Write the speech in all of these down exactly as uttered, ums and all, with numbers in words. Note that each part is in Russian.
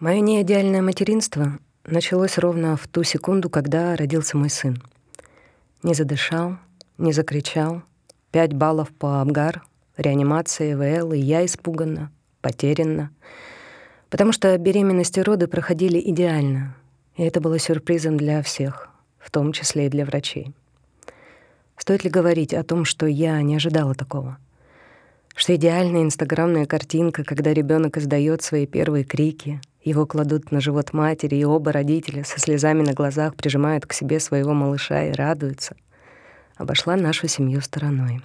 Моё неидеальное материнство началось ровно в ту секунду, когда родился мой сын. Не задышал, не закричал. Пять баллов по Апгар, реанимация, ИВЛ, и я испуганна, потерянна. Потому что беременность и роды проходили идеально, и это было сюрпризом для всех, в том числе и для врачей. Стоит ли говорить о том, что я не ожидала такого? Что идеальная инстаграмная картинка, когда ребёнок издаёт свои первые крики, его кладут на живот матери, и оба родителя со слезами на глазах прижимают к себе своего малыша и радуются, обошла нашу семью стороной.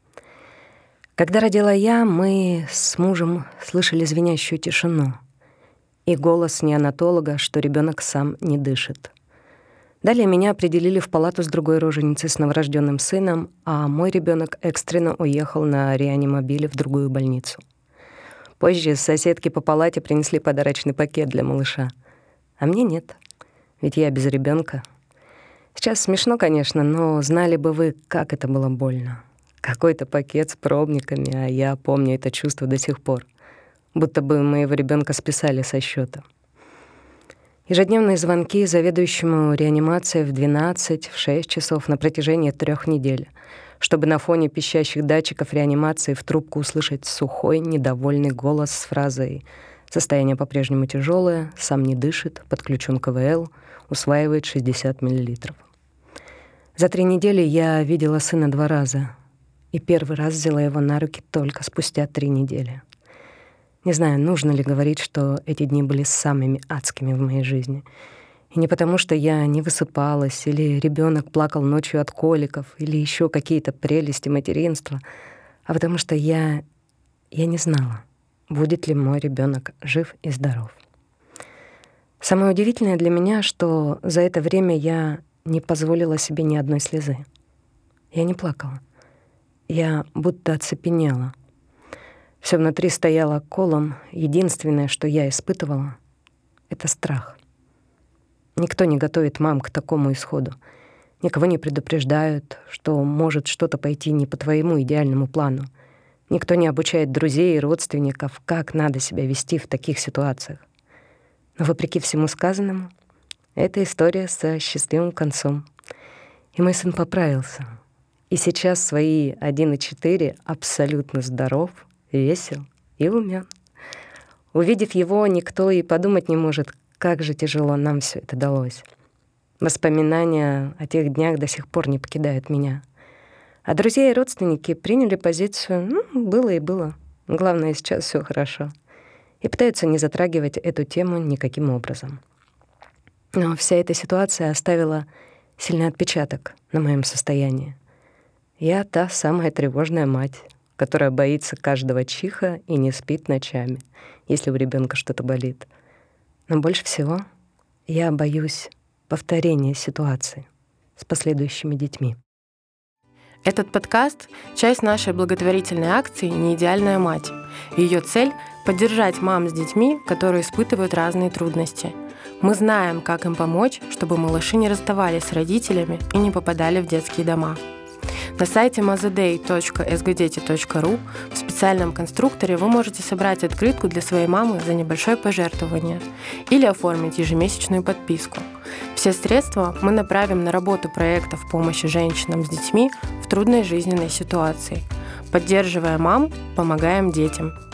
Когда родила я, мы с мужем слышали звенящую тишину и голос неонатолога, что ребёнок сам не дышит. Далее меня определили в палату с другой роженицей с новорождённым сыном, а мой ребёнок экстренно уехал на реанимобиле в другую больницу. Позже соседки по палате принесли подарочный пакет для малыша. А мне нет, ведь я без ребёнка. Сейчас смешно, конечно, но знали бы вы, как это было больно. Какой-то пакет с пробниками, а я помню это чувство до сих пор. Будто бы моего ребёнка списали со счёта. Ежедневные звонки заведующему реанимацией в двенадцать, в шесть часов на протяжении трёх недель, чтобы на фоне пищащих датчиков реанимации в трубку услышать сухой, недовольный голос с фразой «Состояние по-прежнему тяжёлое, сам не дышит, подключён к ИВЛ, усваивает шестьдесят миллилитров». За три недели я видела сына два раза, и первый раз взяла его на руки только спустя три недели. Не знаю, нужно ли говорить, что эти дни были самыми адскими в моей жизни. И не потому, что я не высыпалась, или ребёнок плакал ночью от коликов, или ещё какие-то прелести материнства, а потому что я... я не знала, будет ли мой ребёнок жив и здоров. Самое удивительное для меня, что за это время я не позволила себе ни одной слезы. Я не плакала. Я будто оцепенела. Всё внутри стояло колом. Единственное, что я испытывала — это страх. Никто не готовит мам к такому исходу. Никого не предупреждают, что может что-то пойти не по твоему идеальному плану. Никто не обучает друзей и родственников, как надо себя вести в таких ситуациях. Но вопреки всему сказанному, эта история со счастливым концом. И мой сын поправился. И сейчас свои один и четыре абсолютно здоров, весел и умён. Увидев его, никто и подумать не может, как же тяжело нам всё это далось. Воспоминания о тех днях до сих пор не покидают меня. А друзья и родственники приняли позицию «ну, было и было, главное, сейчас всё хорошо», и пытаются не затрагивать эту тему никаким образом. Но вся эта ситуация оставила сильный отпечаток на моём состоянии. Я та самая тревожная мать, которая боится каждого чиха и не спит ночами, если у ребёнка что-то болит. Но больше всего я боюсь повторения ситуации с последующими детьми. Этот подкаст — часть нашей благотворительной акции «Неидеальная мать». Её цель — поддержать мам с детьми, которые испытывают разные трудности. Мы знаем, как им помочь, чтобы малыши не расставались с родителями и не попадали в детские дома. На сайте mazaday точка эс джи дети точка ру в специальном конструкторе вы можете собрать открытку для своей мамы за небольшое пожертвование или оформить ежемесячную подписку. Все средства мы направим на работу проектов помощи женщинам с детьми в трудной жизненной ситуации. Поддерживая мам, помогаем детям.